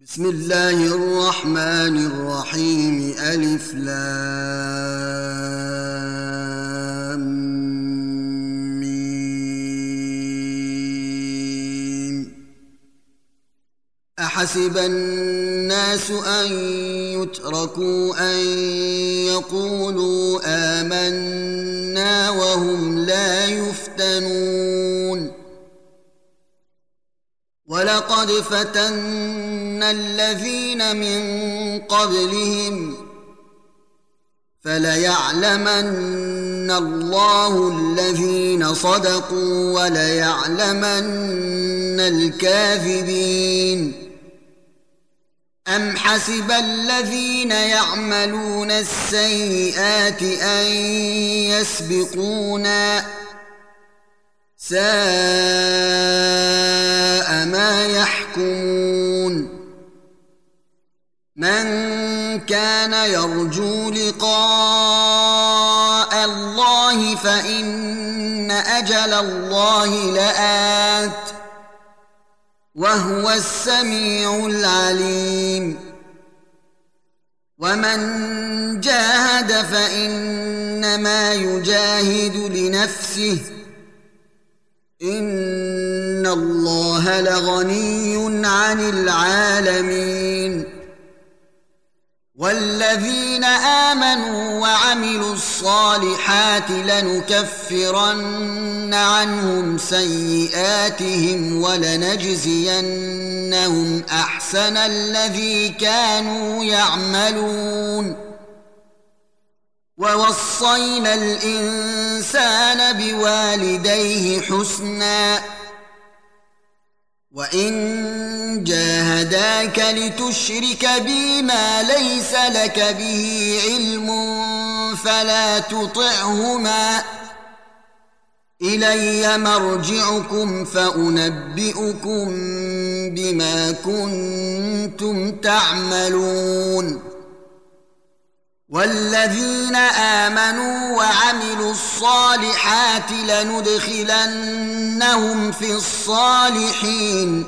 بسم الله الرحمن الرحيم ألف لام ميم. أحسب الناس أن يتركوا أن يقولوا آمنا وهم لا يفتنون ولقد فتنا الذين من قبلهم فليعلمن الله الذين صدقوا وليعلمن الكاذبين. أم حسب الذين يعملون السيئات أن يسبقونا ساء ما يحكمون. من كان يرجو لقاء الله فإن أجل الله لآت وهو السميع العليم. ومن جاهد فإنما يجاهد لنفسه إن الله لغني عن العالمين. والذين آمنوا وعملوا الصالحات لنكفرن عنهم سيئاتهم ولنجزينهم أحسن الذي كانوا يعملون. ووصينا الإنسان بوالديه حسنا وإن جاهداك لتشرك بي ما ليس لك به علم فلا تطعهما إلي مرجعكم فأنبئكم بما كنتم تعملون. والذين آمنوا وعملوا الصالحات لندخلنهم في الصالحين.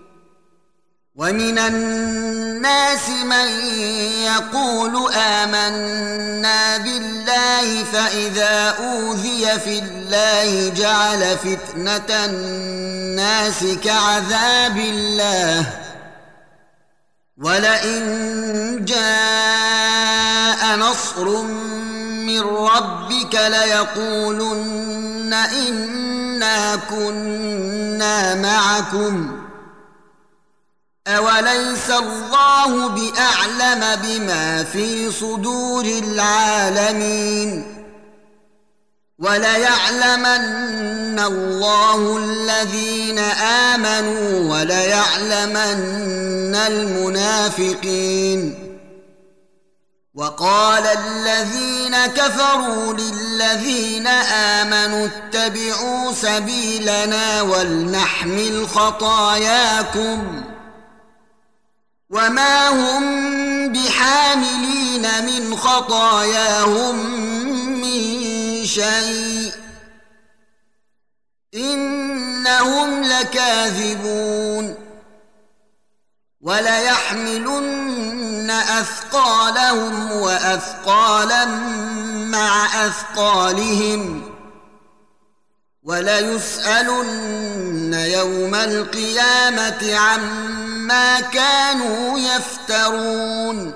ومن الناس من يقول آمنا بالله فإذا أوذي في الله جعل فتنة الناس كعذاب الله ولئن جاء نصر من ربك ليقولن إنا كنا معكم أوليس الله بأعلم بما في صدور العالمين. وليعلمن الله الذين آمنوا وليعلمن المنافقين. وقال الذين كفروا للذين آمنوا اتبعوا سبيلنا ولنحمل خطاياكم وما هم بحاملين من خطاياهم من شيء إنهم لكاذبون. وليحملن أثقالهم وأثقالا مع أثقالهم وليسألن يوم القيامة عما كانوا يفترون.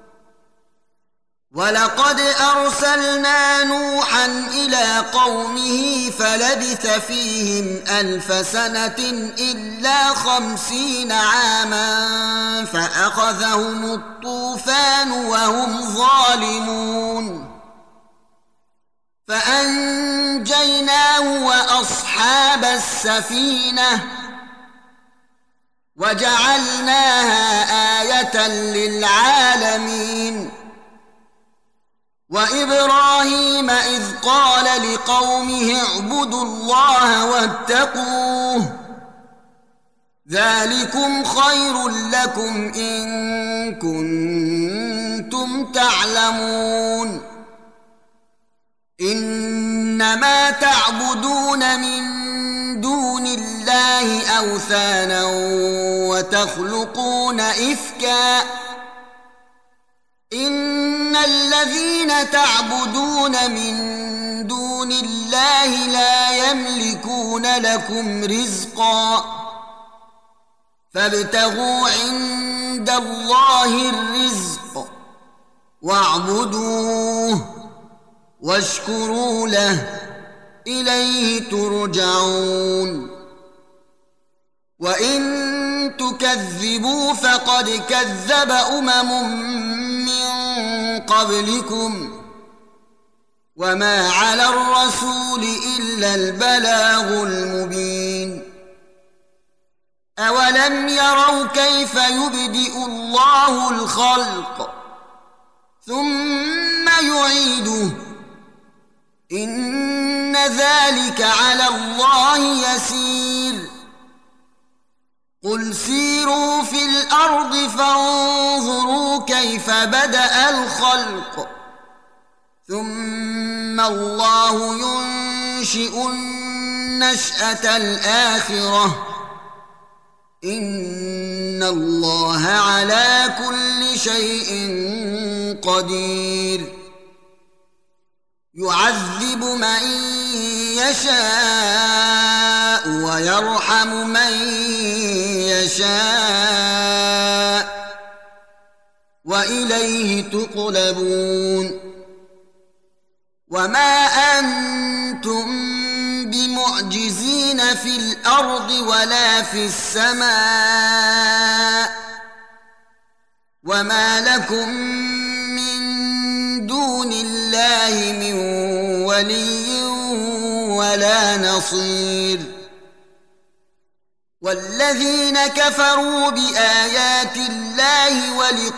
ولقد أرسلنا نوحا إلى قومه فلبث فيهم 1000 سنة إلا 50 عاما فأخذهم الطوفان وهم ظالمون فأنجيناه وأصحاب السفينة وجعلناها آية للعالمين. وإبراهيم إذ قال لقومه اعبدوا الله واتقوه ذلكم خير لكم إن كنتم تعلمون. إنما تعبدون من دون الله أوثانا وتخلقون إفكا إن الذين تعبدون من دون الله لا يملكون لكم رزقا فابتغوا عند الله الرزق واعبدوه واشكروا له إليه ترجعون وإن تكذبوا فقد كذب من قبلكم وما على الرسول إلا البلاغ المبين أولم يروا كيف يبدئ الله الخلق ثم يعيده إن ذلك على الله يسير قل سيروا في الأرض فانظروا كيف بدأ الخلق ثم الله ينشئ النشأة الآخرة إن الله على كل شيء قدير يعذب من يشاء ويرحم من يشاء وإليه تقلبون وما أنتم بمعجزين في الأرض ولا في السماء وما لكم من دون الله من ولي ولا نصير والذين كفروا بآيات الله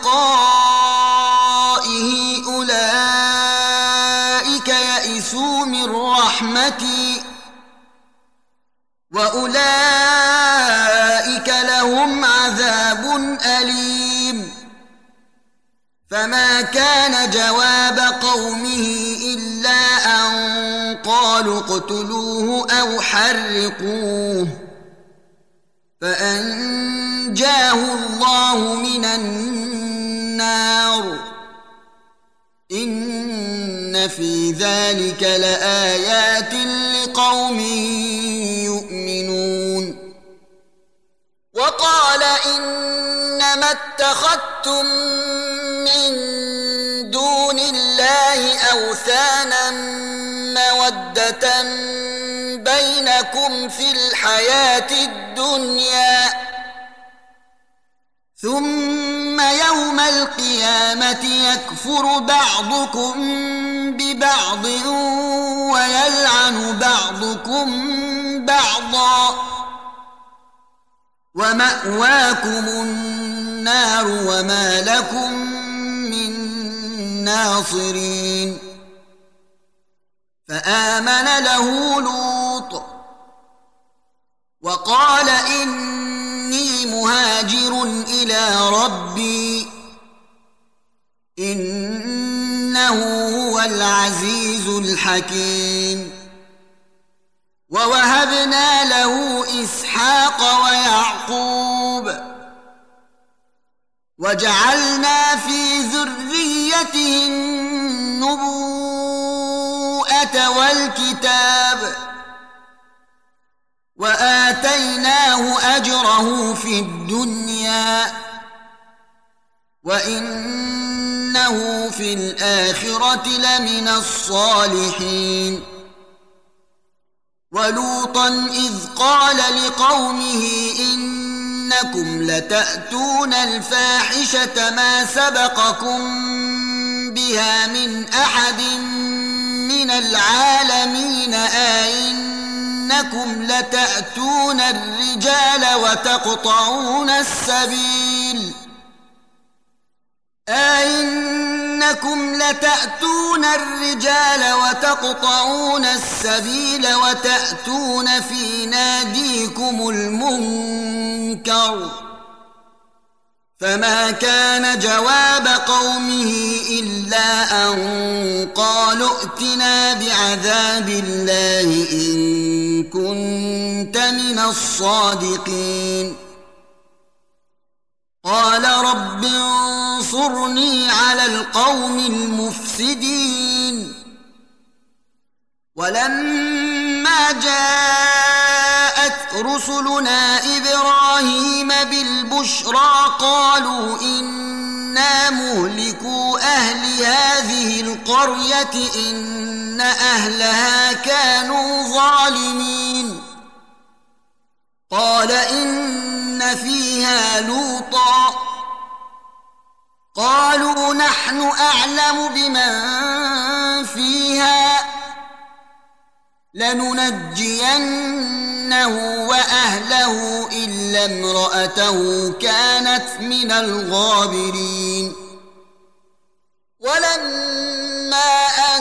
ولقائه أولئك يئسوا من رحمتي وأولئك لهم عذاب أليم فما كان جواب قومه إلا أن قالوا اقتلوه أو حرقوه فأنجاه الله من النار إن في ذلك لآيات لقوم يؤمنون وقال إنما اتخذتم من دون الله أوثانا مودة بينكم في الحياة الدنيا ثم يوم القيامة يكفر بعضكم ببعض ويلعن بعضكم بعضا ومأواكم النار وما لكم من ناصرين فآمن له لوط وقال إني مهاجر إلى ربي إنه هو العزيز الحكيم ووهبنا له إسحاق ويعقوب وجعلنا في ذريته النبوءة والكتاب وآتيناه أجره في الدنيا وإنه في الآخرة لمن الصالحين ولوطا إذ قال لقومه إنكم لتأتون الفاحشة ما سبقكم بها من أحد من العالمين أئنكم لتأتون الرجال وتقطعون السبيل أئنكم لتأتون الرجال وتقطعون السبيل وتأتون في ناديكم المنكر فما كان جواب قومه إلا أن قالوا ائتنا بعذاب الله إن كنا كنت من الصادقين قال رب انصرني على القوم المفسدين ولما جاءت رسلنا إبراهيم بالبشرى قالوا إنا مهلكو أهل هذه القرية إن أهلها كانوا ظالمين قال إن فيها لوطا قالوا نحن أعلم بمن فيها لننجينه وأهله إلا امرأته كانت من الغابرين ولما أن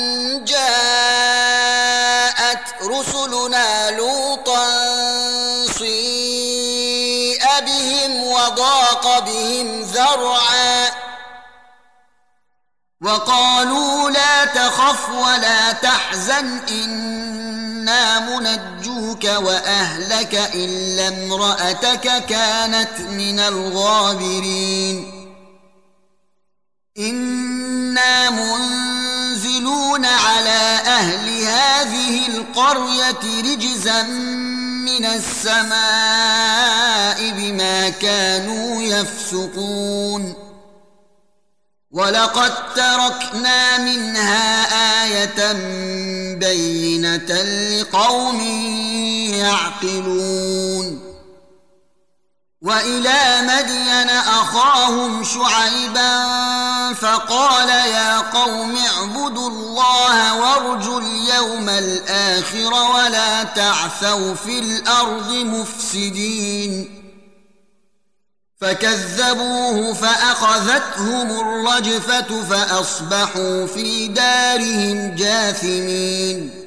جاءت رسلنا لوطا سيء بهم وضاق بهم ذرعا وقالوا لا تخف ولا تحزن إنا منجوك وأهلك إلا امرأتك كانت من الغابرين إنا منزلون على أهل هذه القرية رجزا من السماء بما كانوا يفسقون ولقد تركنا منها آية بينة لقوم يعقلون وإلى مدين أخاهم شعيبا فقال يا قوم اعبدوا الله وارجوا اليوم الآخر ولا تعثوا في الأرض مفسدين فكذبوه فأخذتهم الرجفة فأصبحوا في دارهم جاثمين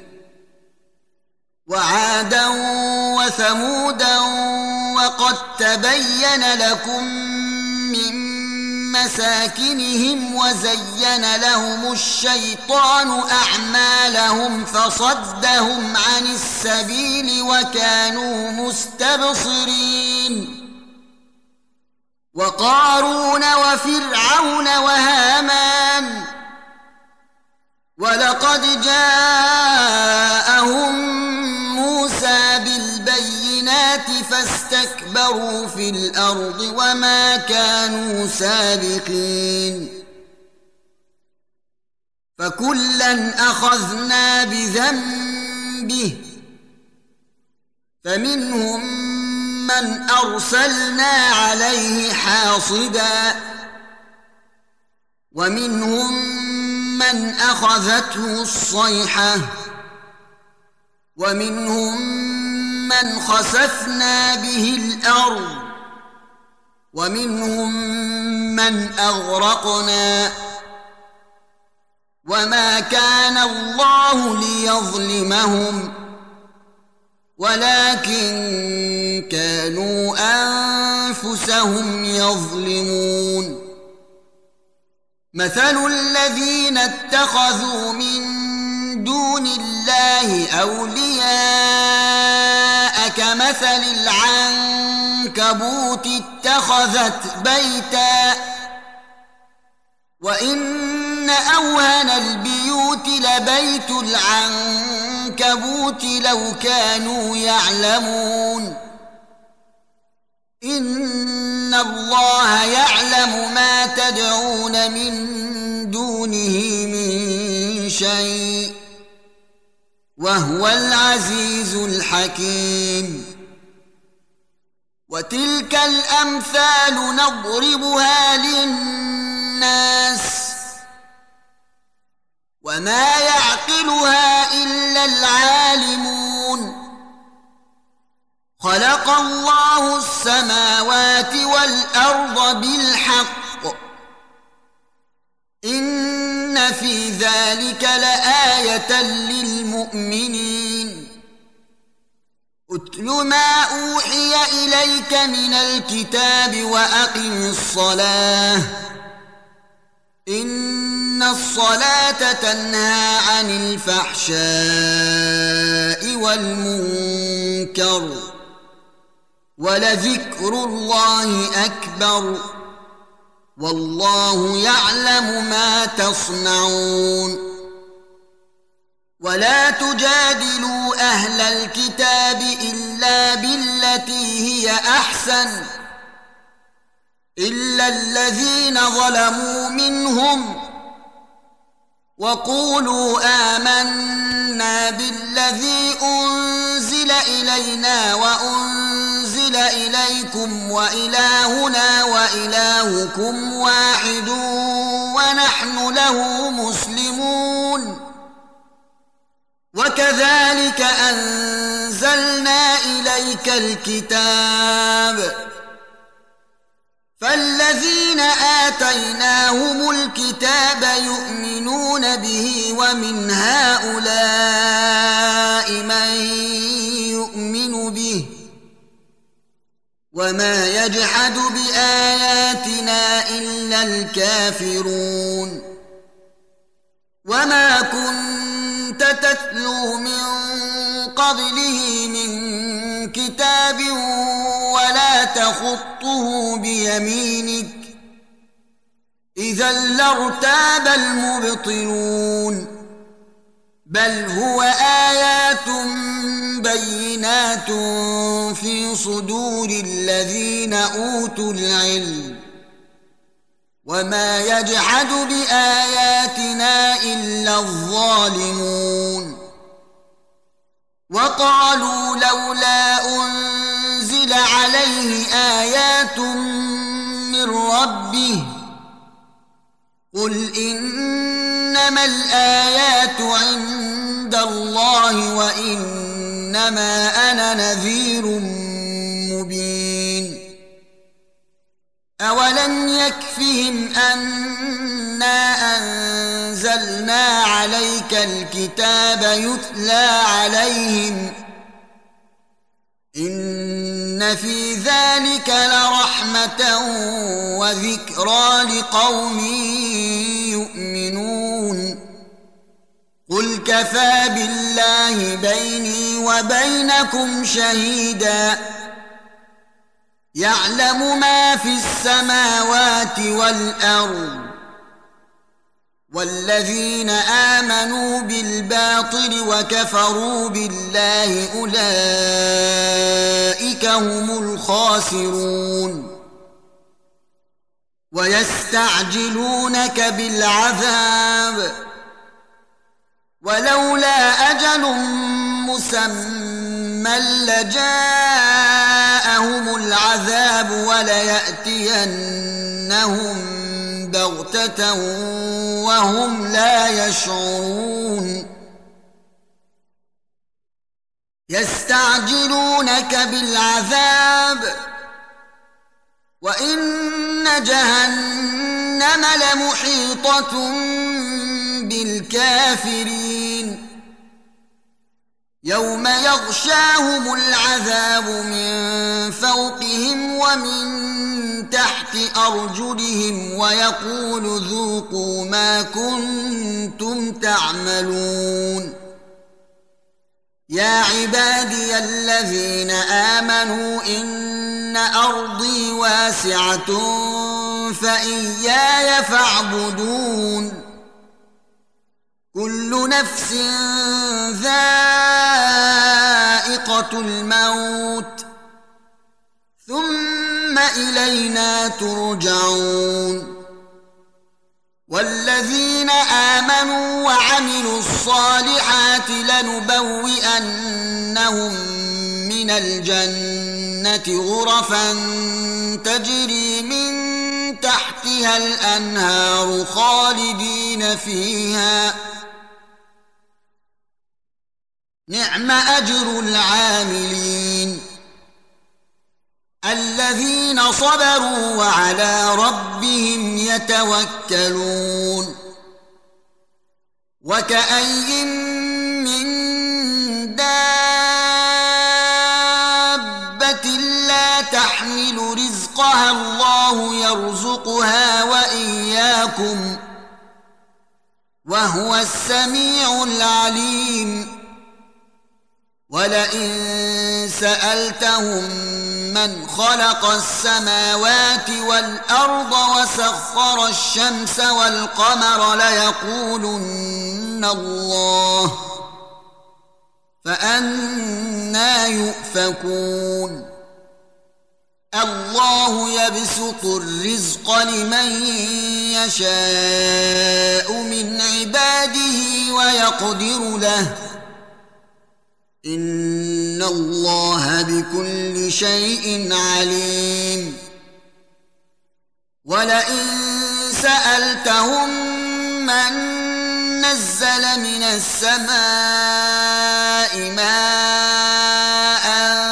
وعادا وثمودا وقد تبين لكم من مساكنهم وزين لهم الشيطان أعمالهم فصدهم عن السبيل وكانوا مستبصرين وقارون وفرعون وهامان ولقد جاءهم موسى بالبينات فاستكبروا في الأرض وما كانوا سابقين فكلا أخذنا بذنبه فمنهم من أرسلنا عليه حاصبا ومنهم من أخذته الصيحة ومنهم من خسفنا به الأرض ومنهم من أغرقنا وما كان الله ليظلمهم ولكن كانوا أنفسهم يظلمون مثل الذين اتخذوا من دون الله أولياء كمثل العنكبوت اتخذت بيتا وإن أوهن البيوت لبيت العنكبوت لو كانوا يعلمون إن الله يعلم ما تدعون من دونه من شيء وهو العزيز الحكيم وتلك الأمثال نضربها للناس وما يعقلها إلا العالمون خلق الله السماوات والأرض بالحق إن في ذلك لآية للمؤمنين أتل ما أوحي إليك من الكتاب وأقم الصلاة إن الصلاة تنهى عن الفحشاء والمنكر ولذكر الله أكبر والله يعلم ما تصنعون ولا تجادلوا أهل الكتاب إلا بالتي هي أحسن إلا الذين ظلموا منهم وقولوا آمنا بالذي أنزل إلينا وأنزل إليكم وإلهنا وإلهكم واحد ونحن له مسلمون وكذلك أنزلنا إليك الكتاب فالذين آتيناهم الكتاب يؤمنون به ومن هؤلاء من يؤمن به وما يجحد بآياتنا إلا الكافرون وما كنت تتلو من قبله من كتاب ولا تخطه بيمينك إذا لارتاب المبطلون بل هو آيات بينات في صدور الذين أوتوا العلم وما يجحد بآياتنا إلا الظالمون وقالوا لولا أنزل عليه آيات من ربه قل إنما الآيات عند الله وإنما أنا نذير مبين أولم يكفهم أنا أنزلنا عليك الكتاب يتلى عليهم إن في ذلك لرحمة وذكرى لقوم يؤمنون قل كفى بالله بيني وبينكم شهيدا يعلم ما في السماوات والأرض والذين آمنوا بالباطل وكفروا بالله أولئك هم الخاسرون ويستعجلونك بالعذاب ولولا أجل مسمى لجاءهم العذاب وليأتينهم بغتة وهم لا يشعرون يستعجلونك بالعذاب وإن جهنم لمحيطة بالكافرين يوم يغشاهم العذاب من فوقهم ومن تحت أرجلهم ويقول ذوقوا ما كنتم تعملون يا عبادي الذين آمنوا إن أرضي واسعة فإياي فاعبدون كل نفس ذائقة الموت ثم إلينا ترجعون والذين آمنوا وعملوا الصالحات لنبوئنهم من الجنة غرفا تجري من تحتها الأنهار خالدين فيها نعم أجر العاملين الذين صبروا وعلى ربهم يتوكلون وكأي من دابة لا تحمل رزقها الله يرزقها وإياكم وهو السميع العليم. ولئن سألتهم من خلق السماوات والأرض وسخر الشمس والقمر ليقولن الله، فأنى يؤفكون. الله يبسط الرزق لمن يشاء من عباده ويقدر له، إن الله بكل شيء عليم. ولئن سألتهم من نزل من السماء ماء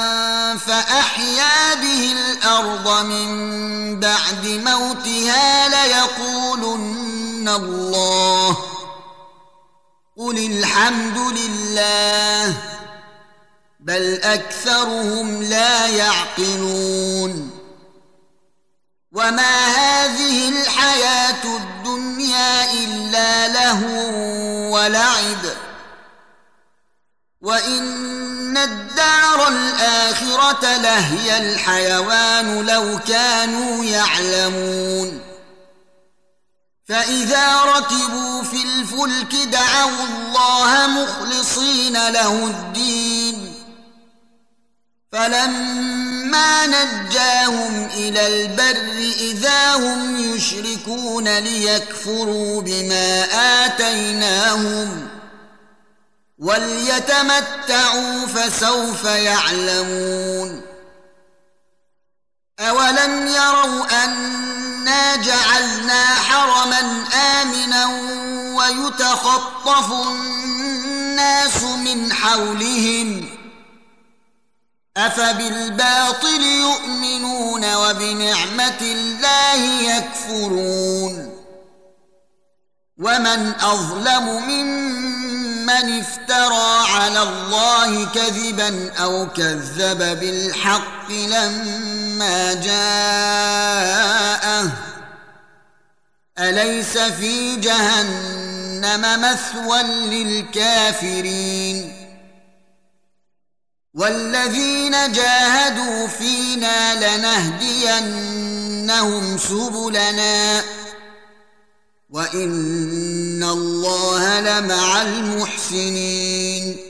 فأحيا به الأرض من بعد موتها ليقولن الله، قل الحمد لله، بل أكثرهم لا يعقلون. وما هذه الحياة الدنيا إلا لهو ولعب، وإن الدار الآخرة لهي الحيوان لو كانوا يعلمون. فإذا ركبوا في الفلك دعوا الله مخلصين له الدين، فلما نجاهم إلى البر إذا هم يشركون ليكفروا بما آتيناهم، وليتمتعوا فسوف يعلمون. أولم يروا أنا جعلنا حرما آمنا ويتخطف الناس من حولهم، أفبالباطل يؤمنون وبنعمة الله يكفرون. ومن أظلم ممن افترى على الله كذبا أو كذب بالحق لما جاءه، أليس في جهنم مثوى للكافرين؟ والذين جاهدوا فينا لنهدينهم سبلنا، وإن الله لمع المحسنين.